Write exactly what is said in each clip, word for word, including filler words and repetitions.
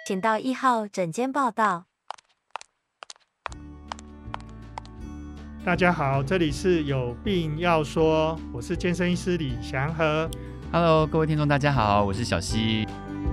请到一号诊间报到。 大家好，这里是有病要说，我是健身医师李祥和。 Hello， 各位听众大家好，我是小溪。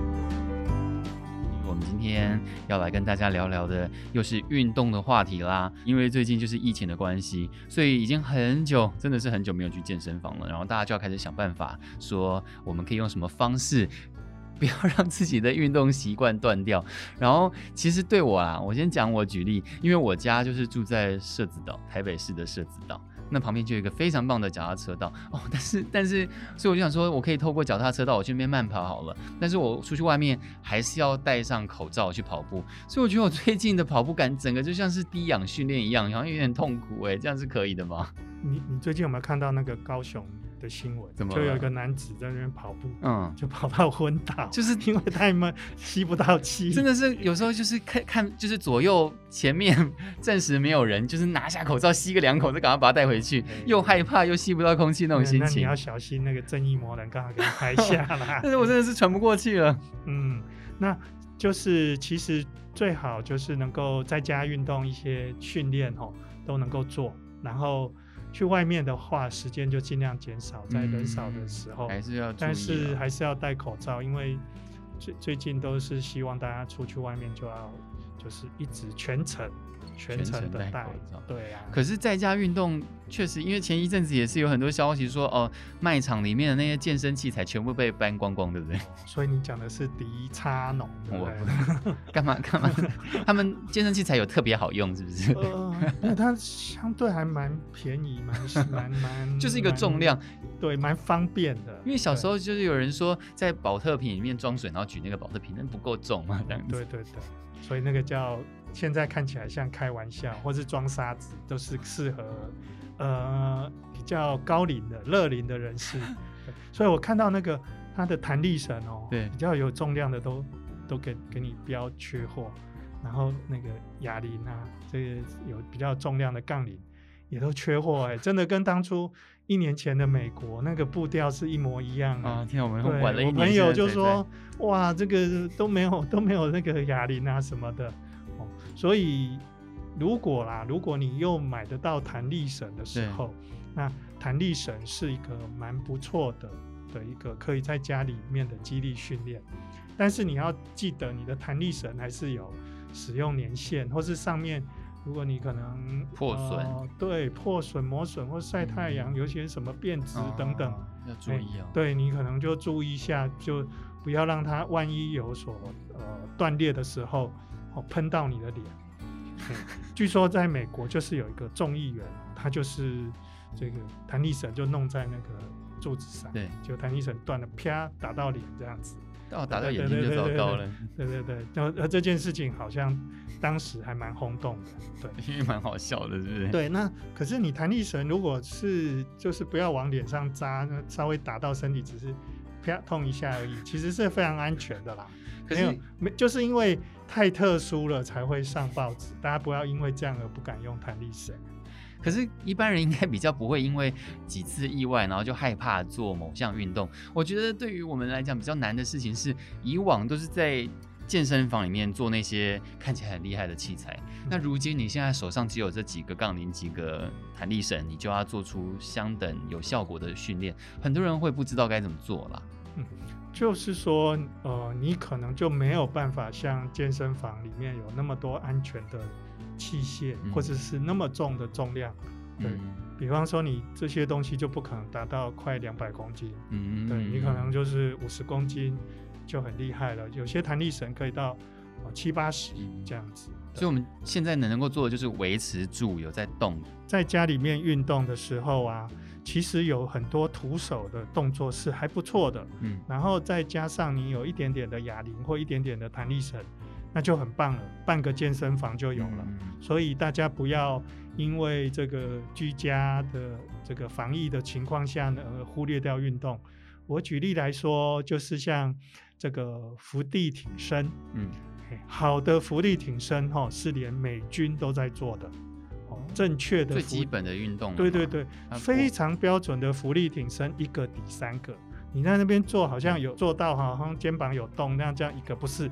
我们今天要来跟大家聊聊的又是运动的话题啦。因为最近就是疫情的关系，所以已经很久，真的是很久没有去健身房了。然后大家就要开始想办法，说我们可以用什么方式不要让自己的运动习惯断掉。然后其实对我啊，我先讲我举例，因为我家就是住在社子岛，台北市的社子岛，那旁边就有一个非常棒的脚踏车道哦。但是但是，所以我就想说，我可以透过脚踏车道我去那边慢跑好了。但是我出去外面还是要戴上口罩去跑步，所以我觉得我最近的跑步感整个就像是低氧训练一样，好像有点痛苦哎，这样是可以的吗？ 你你最近有没有看到那个高雄的新闻？ 怎么了？ 就有一个男子在那边跑步， 嗯， 就跑到昏倒， 就是因为太闷，吸不到气。 真的是有时候就是看看，就是左右前面暂时没有人，就是拿下口罩吸个两口，再赶快把它带回去，又害怕又吸不到空气那种心情。 那你要小心那个正义魔人刚好给你拍下来。 但是我真的是喘不过气了。 嗯，那就是其实最好就是能够在家运动一些训练哦，都能够做，然后去外面的话，时间就尽量减少，在人少的时候， 嗯、还是要注意、啊， 但是还是要戴口罩，因为最最近都是希望大家出去外面就要就是一直全程全程的戴口罩。对啊， 可是在家运动确实，因为前一阵子也是有很多消息说，哦，卖场里面的那些健身器材全部被搬光光，对不对？ 所以你讲的是迪叉农，对不对？ 干嘛干嘛？他们健身器材有特别好用，是不是？ 呃，那它相对还蛮便宜，蛮蛮蛮， 就是一个重量， 对，蛮方便的。 因为小时候就是有人说，在保特瓶里面装水，然后举那个保特瓶，那不够重嘛，这样子。 对对对，所以那个叫现在看起来像开玩笑，或是装沙子，都是适合呃比较高龄的、乐龄的人士。所以我看到那个它的弹力绳哦， 对， 比较有重量的都都给给你标缺货，然后那个哑铃啊，这个有比较重量的杠铃也都缺货哎，真的跟当初一年前的美国那个步调是一模一样啊！天啊，我们晚了一年。我朋友就说，哇，这个都没有都没有那个哑铃啊什么的哦。所以如果啦，如果你又买得到弹力绳的时候，那弹力绳是一个蛮不错的的一个可以在家里面的肌力训练。但是你要记得，你的弹力绳还是有使用年限，或是上面。如果你可能破损、 呃，对破损、磨损或晒太阳，嗯、有些什么变质等等， 哦、要注意哦。 对你可能就注意一下，就不要让它万一有所呃断裂的时候，哦喷到你的脸。据说在美国就是有一个众议员，他就是这个弹力绳就弄在那个柱子上， 对， 就弹力绳断了，啪打到脸这样子。 哦，打到眼睛就糟糕了。 对对对，然后这件事情好像当时还蛮轰动的，对， 因为蛮好笑的，是不是？ 对，那可是你弹力绳如果是就是不要往脸上扎，稍微打到身体只是啪痛一下而已，其实是非常安全的啦。可是没有，就是因为太特殊了才会上报纸，大家不要因为这样而不敢用弹力绳。 可是，一般人应该比较不会因为几次意外，然后就害怕做某项运动。我觉得对于我们来讲，比较难的事情是，以往都是在健身房里面做那些看起来很厉害的器材。嗯、那如今你现在手上只有这几个杠铃、几个弹力绳，你就要做出相等有效果的训练，很多人会不知道该怎么做啦。 嗯，就是说，呃，你可能就没有办法像健身房里面有那么多安全的器械，嗯、或者是那么重的重量，对，嗯、比方说你这些东西就不可能达到快两百公斤，嗯，对你可能就是五十公斤就很厉害了，有些弹力绳可以到七八十这样子。 所以我们现在能够做的就是维持住有在动， 在家里面运动的时候啊，其实有很多徒手的动作是还不错的，嗯，然后再加上你有一点点的哑铃或一点点的弹力绳，那就很棒了，半个健身房就有了。嗯、所以大家不要因为这个居家的这个防疫的情况下呢，而忽略掉运动。我举例来说，就是像这个伏地挺身，嗯，好的伏地挺身、哦、是连美军都在做的。正确的最基本的运动， 对对对，非常标准的伏地挺身，一个抵三个。你在那边做好像有做到，好像肩膀有动那样，这样一个不是，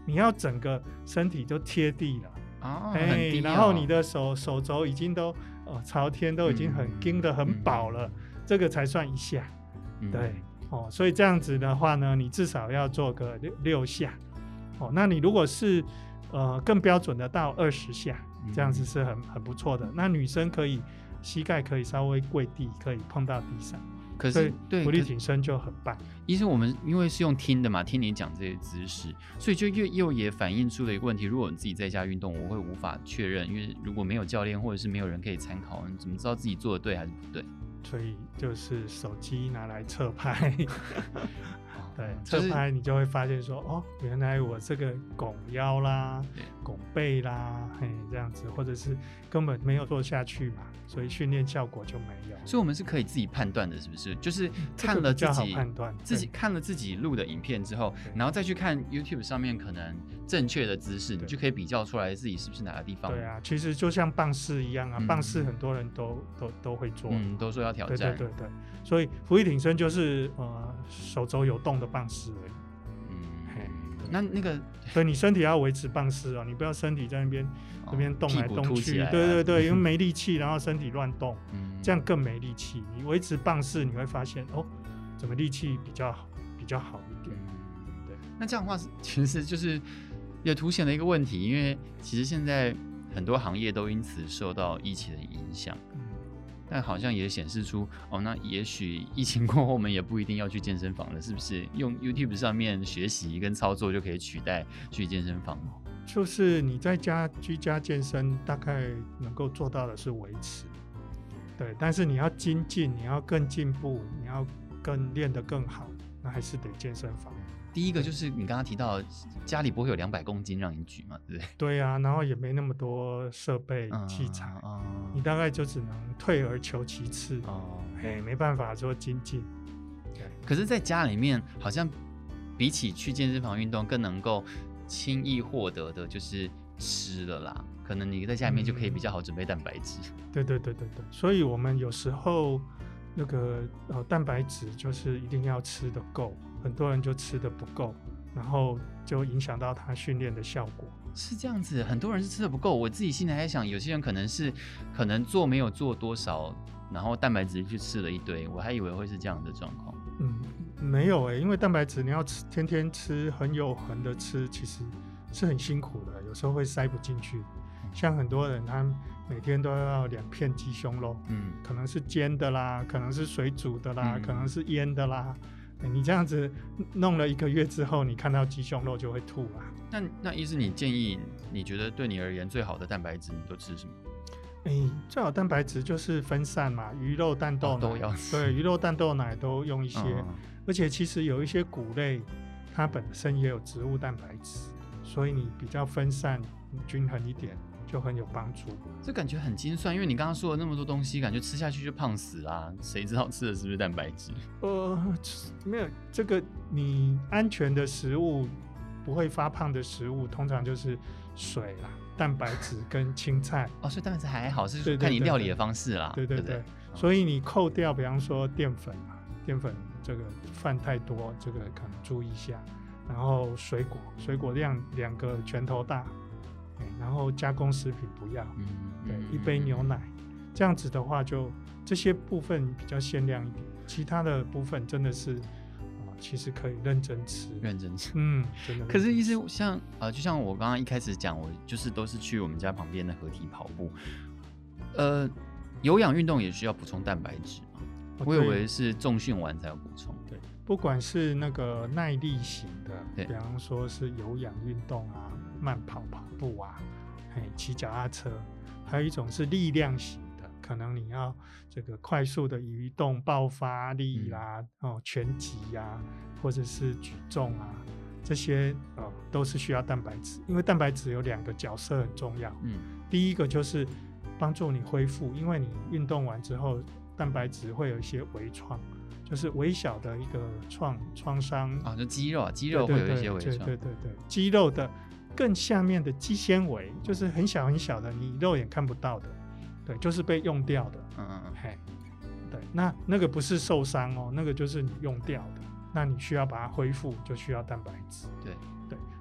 你要整个身体都贴地了， 哦， 哎、 很低哦， 然后你的手手肘已经都、呃、朝天，都已经很盯得很饱了、嗯，这个才算一下，嗯、对哦，所以这样子的话呢，你至少要做个 六, 六下，哦，那你如果是呃更标准的到二十下，这样子是很很不错的。那女生可以膝盖可以稍微跪地，可以碰到地上。 可是对伏地挺身就很棒。 医生，我们因为是用听的嘛，听你讲这些姿势，所以就又又也反映出了一个问题：如果你自己在家运动，我会无法确认，因为如果没有教练或者是没有人可以参考，你怎么知道自己做的对还是不对？ 所以就是手机拿来侧拍，对，侧、 就是、 拍你就会发现说，哦，原来我这个拱腰啦、拱背啦，嘿，这样子，或者是根本没有做下去嘛，所以训练效果就没有。 所以我们是可以自己判断的，是不是？就是看了自己、 这个比较好判断， 自己看了自己录的影片之后，然后再去看 YouTube 上面可能正确的姿势，你就可以比较出来自己是不是哪个地方。 对啊，其实就像棒式一样啊，嗯、棒式很多人都都都会做， 嗯，都说要挑战， 对对对对。所以伏地挺身就是呃手肘有动的棒式而已。 嗯，那那个， 所以你身体要维持棒式哦，你不要身体在那边那边动来动去， 啊、 对对对，因为没力气，然后身体乱动，嗯、这样更没力气。你维持棒式，你会发现哦，怎么力气比较比较好一点。嗯、对， 那这样的话，其实就是也凸显了一个问题，因为其实现在很多行业都因此受到疫情的影响。但好像也显示出哦，那也许疫情过后我们也不一定要去健身房了，是不是？用 YouTube 上面学习跟操作就可以取代去健身房？ 就是你在家居家健身，大概能够做到的是维持，对。但是你要精进，你要更进步，你要更练得更好，那还是得健身房。 第一个就是你刚刚提到，家里不会有两百公斤让你举嘛，对不对？ 对啊，然后也没那么多设备、嗯、器材、嗯，你大概就只能退而求其次，哦，哎，没办法说精进。 可是在家里面，好像比起去健身房运动，更能够轻易获得的就是吃了啦。可能你在家里面就可以比较好准备蛋白质。 嗯、对对对对对，所以我们有时候那个呃蛋白质就是一定要吃得够。很多人就吃的不够，然后就影响到他训练的效果。 是这样子，很多人是吃的不够。我自己心里还在想，有些人可能是可能做没有做多少，然后蛋白质去吃了一堆，我还以为会是这样的状况。 嗯，没有哎、欸，因为蛋白质你要吃天天吃，很有恒的吃，其实是很辛苦的，有时候会塞不进去。像很多人他每天都要两片鸡胸肉，嗯，可能是煎的啦，可能是水煮的啦，嗯、可能是腌的啦。你这样子弄了一个月之后，你看到鸡胸肉就会吐啊。 那那医师，你建议你觉得对你而言最好的蛋白质，你都吃什么？ 哎、欸，最好蛋白质就是分散嘛，鱼肉、蛋豆奶、 哦、都要吃。 对，鱼肉、蛋豆奶都用一些、嗯，而且其实有一些谷类，它本身也有植物蛋白质，所以你比较分散、均衡一点。就很有帮助。 这感觉很精算，因为你刚刚说了那么多东西，感觉吃下去就胖死啦，谁知道吃的是不是蛋白质？ 呃，没有这个，你安全的食物不会发胖的食物，通常就是水啦、蛋白质跟青菜。 哦，所以蛋白质还好，是看你料理的方式啦。 对对 对, 对, 对, 对、嗯，所以你扣掉，比方说淀粉嘛，淀粉这个饭太多，这个可能注意一下。然后水果，水果量两个拳头大。然后加工食品不要，嗯、对、嗯，一杯牛奶，这样子的话就这些部分比较限量一点，其他的部分真的是、呃、其实可以认真吃， 认真吃， 嗯，真的。 可是医生像呃，就像我刚刚一开始讲，我就是都是去我们家旁边的河堤跑步，呃，有氧运动也需要补充蛋白质嘛？哦、我以为是重训完才要补充。 对，不管是那个耐力型的，比方说是有氧运动啊。慢跑跑步啊，骑脚踏车，还有一种是力量型的，可能你要这个快速的移动爆发力啦、嗯哦、拳击啊，或者是举重啊，这些、呃、都是需要蛋白质，因为蛋白质有两个角色很重要、嗯、第一个就是帮助你恢复，因为你运动完之后蛋白质会有一些微创，就是微小的一个创创伤啊，就肌肉啊，肌肉会有一些微创， 对对 对, 对, 对, 对，肌肉的更下面的肌纤维，就是很小很小的，你肉眼看不到的，对，就是被用掉的。嗯嗯嗯，嘿，对，那那个不是受伤哦，那个就是你用掉的，那你需要把它恢复，就需要蛋白质。 对对，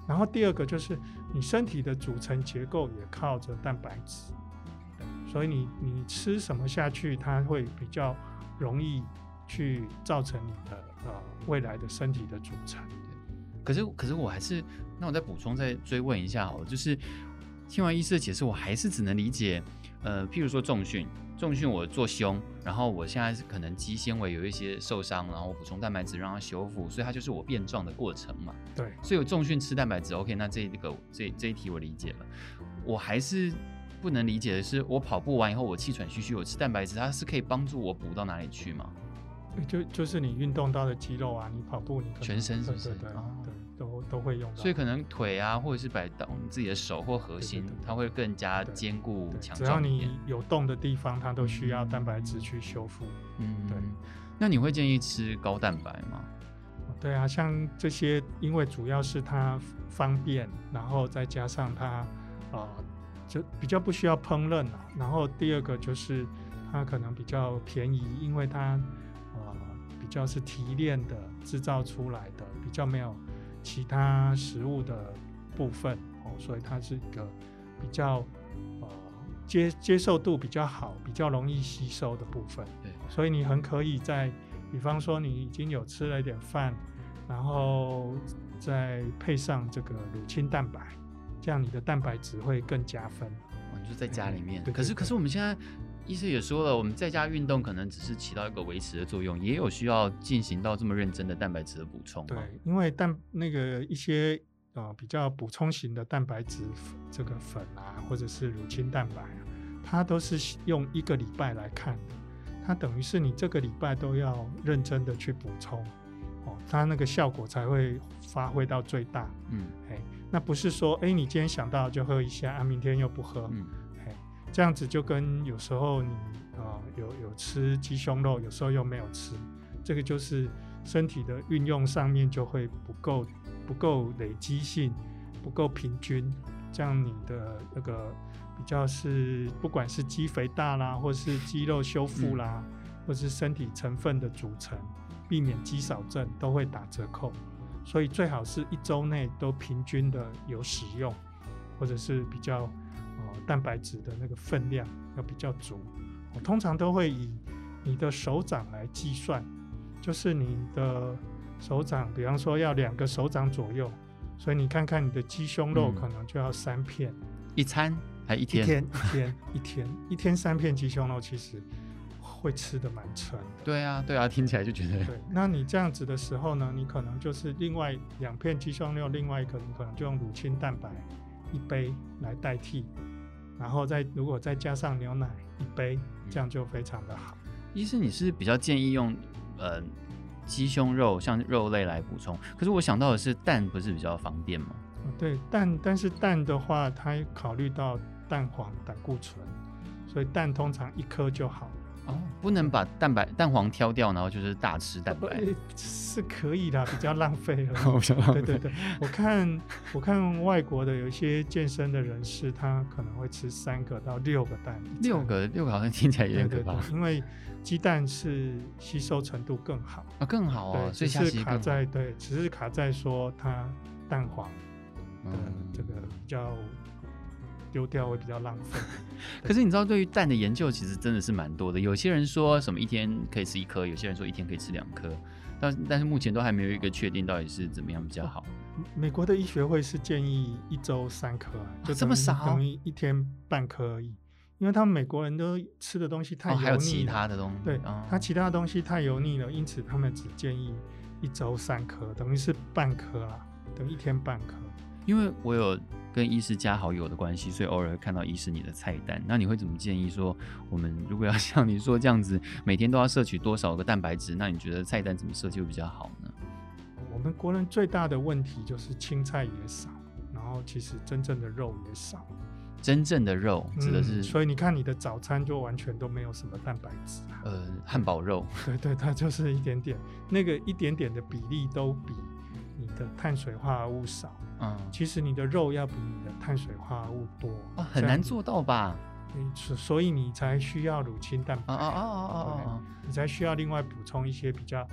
然后第二个就是你身体的组成结构也靠着蛋白质，所以你你吃什么下去，它会比较容易去造成你的呃未来的身体的组成。 可是可是我还是，那我再补充再追问一下好了，就是听完医师的解释，我还是只能理解，呃，譬如说重训，重训我做胸，然后我现在是可能肌纤维有一些受伤，然后我补充蛋白质让它修复，所以它就是我变壮的过程嘛。 对， 所以我重训吃蛋白质 ，OK， 那这个这这一题我理解了，我还是不能理解的是，我跑步完以后我气喘吁吁，我吃蛋白质，它是可以帮助我补到哪里去吗？ 就就是你运动到的肌肉啊，你跑步你可能全身是不是？ 对对对、 哦、 对都都会用到， 所以可能腿啊，或者是摆到自己的手或核心， 对对对对它会更加坚固强壮。 只要你有动的地方，它都需要蛋白质去修复。 嗯， 对。 那你会建议吃高蛋白吗？ 对啊，像这些，因为主要是它方便，然后再加上它呃就比较不需要烹饪啊。然后第二个就是它可能比较便宜，因为它呃比较是提炼的制造出来的，比较没有其他食物的部分哦，所以它是一个比较呃接接受度比较好、比较容易吸收的部分。 对， 所以你很可以在，比方说你已经有吃了一点饭，然后再配上这个乳清蛋白，这样你的蛋白质会更加分。 哦，你就在家里面， 对对对， 可是可是我们现在医生也说了，我们在家运动可能只是起到一个维持的作用，也有需要进行到这么认真的蛋白质的补充。 对，因为蛋那个一些呃比较补充型的蛋白质这个粉啊，或者是乳清蛋白啊，它都是用一个礼拜来看的，它等于是你这个礼拜都要认真的去补充。哦，它那个效果才会发挥到最大。嗯，哎，那不是说，哎，你今天想到就喝一下，啊，明天又不喝，嗯，哎，这样子就跟有时候你啊、呃、有有吃鸡胸肉，有时候又没有吃，这个就是身体的运用上面就会不够不够累积性，不够平均，这样你的那个比较是不管是肌肥大啦，或是肌肉修复啦，嗯、或是身体成分的组成。避免肌少症都会打折扣，所以最好是一周内都平均的有使用，或者是比较、呃、蛋白质的那个分量要比较足。我通常都会以你的手掌来计算，就是你的手掌，比方说要两个手掌左右，所以你看看你的鸡胸肉可能就要三片，嗯、 一餐还一天？ 一天一天一天一天三片鸡胸肉，其实会吃的蛮撑的。 对啊对啊，听起来就觉得对。那你这样子的时候呢，你可能就是另外两片鸡胸肉，另外一个你可能就用乳清蛋白一杯来代替，然后再如果再加上牛奶一杯，这样就非常的好。 医师，你是比较建议用呃鸡胸肉像肉类来补充，可是我想到的是蛋不是比较方便吗？ 对，蛋，但是蛋的话它考虑到蛋黄胆固醇，所以蛋通常一颗就好。 哦，不能把蛋白蛋黄挑掉，然后就是大吃蛋白， 呃、是可以的，比较浪费了。 哦、 对对对，我看我看外国的有一些健身的人士，他可能会吃三个到六个蛋。 六个六个好像听起来有点可怕。 对对对，因为鸡蛋是吸收程度更好啊，更好哦， 所以只是卡在对，只是卡在说它蛋黄的这个比较。丢掉会比较浪费。 可是你知道，对于蛋的研究其实真的是蛮多的。有些人说什么一天可以吃一颗，有些人说一天可以吃两颗，但但是目前都还没有一个确定到底是怎么样比较好。 美国的医学会是建议一周三颗，就、 啊、这么少， 等于一天半颗而已。因为他们美国人都吃的东西太油腻了，哦、 还有其他的东西， 对， 哦、 他其他的东西太油腻了，因此他们只建议一周三颗，等于是半颗啦，等于一天半颗。 因为我有跟医师加好友的关系，所以偶尔会看到医师你的菜单。那你会怎么建议说，我们如果要像你说这样子，每天都要摄取多少个蛋白质？那你觉得菜单怎么设计会比较好呢？ 我们国人最大的问题就是青菜也少，然后其实真正的肉也少。 真正的肉指的是、 嗯，所以你看你的早餐就完全都没有什么蛋白质、啊。 呃，汉堡肉。 对对，它就是一点点，那个一点点的比例都比你的碳水化合物少。嗯，其实你的肉要比你的碳水化合物多， 哦、很难做到吧？ 所以你才需要乳清蛋白。 哦哦哦哦哦， 你才需要另外补充一些比较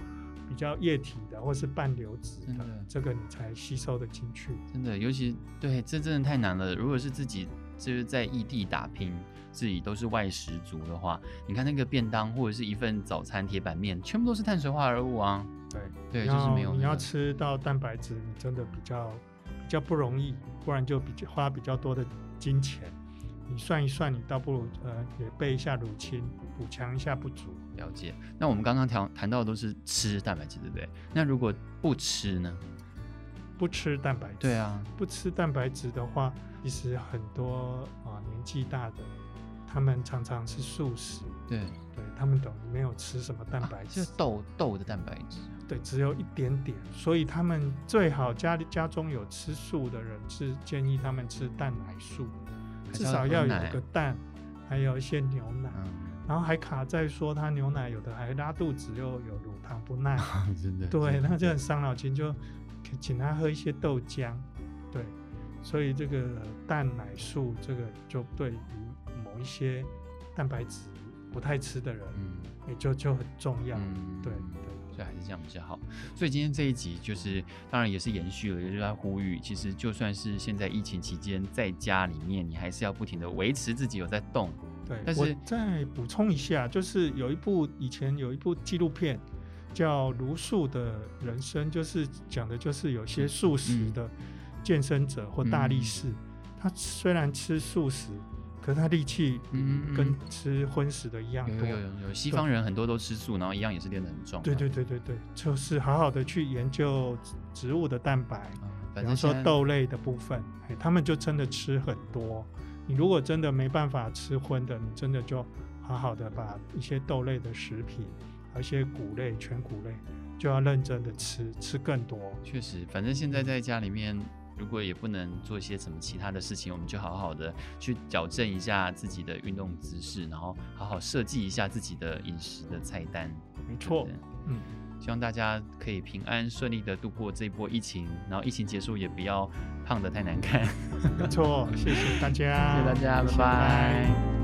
比较液体的或是半流质的，这个你才吸收的进去。 真的，尤其对，这真的太难了。如果是自己就是在异地打拼，自己都是外食族的话，你看那个便当或者是一份早餐铁板面，全部都是碳水化合物啊。 对对，就是没有、那個、 你要吃到蛋白质，你真的比较比较不容易，不然就比较花比较多的金钱。你算一算，你倒不如呃也备一下乳清，补强一下不足。 了解。那我们刚刚谈谈到的都是吃蛋白质，对不对？那如果不吃呢？ 不吃蛋白质， 对啊， 不吃蛋白质的话，其实很多啊、呃、年纪大的，他们常常是素食， 对对，他们等于没有吃什么蛋白质， 啊、就豆豆的蛋白质， 对，只有一点点，所以他们最好家里家中有吃素的人是建议他们吃蛋奶素，至少要有个蛋，还有一些牛奶。嗯，然后还卡在说他牛奶有的还拉肚子，又有乳糖不耐， 真的， 对，那就很伤脑筋，就请他喝一些豆浆，对，所以这个蛋奶素这个就对于某一些蛋白质不太吃的人，嗯，也就就很重要，嗯，对对， 所以还是这样比较好。所以今天这一集就是当然也是延续了，也就是在呼吁，其实就算是现在疫情期间在家里面，你还是要不停的维持自己有在动。 对，但是我再补充一下，就是有一部以前有一部纪录片叫《茹素的人生》，就是讲的就是有些素食的健身者或大力士，嗯、他虽然吃素食，可是他力气跟吃荤食的一样多。 有有有有，西方人很多都吃素，然后一样也是练得很壮。 对对对对对，就是好好的去研究植物的蛋白，嗯、比方说豆类的部分，他们就真的吃很多。你如果真的没办法吃荤的，你真的就好好的把一些豆类的食品，还有一些谷类、全谷类，就要认真的吃，吃更多。 确实，反正现在在家里面，如果也不能做一些什么其他的事情，我们就好好的去矫正一下自己的运动姿势，然后好好设计一下自己的饮食的菜单。 没错，嗯。 希望大家可以平安顺利的度过这一波疫情，然后疫情结束也不要胖得太难看。 没错，谢谢大家， 谢谢大家，拜拜。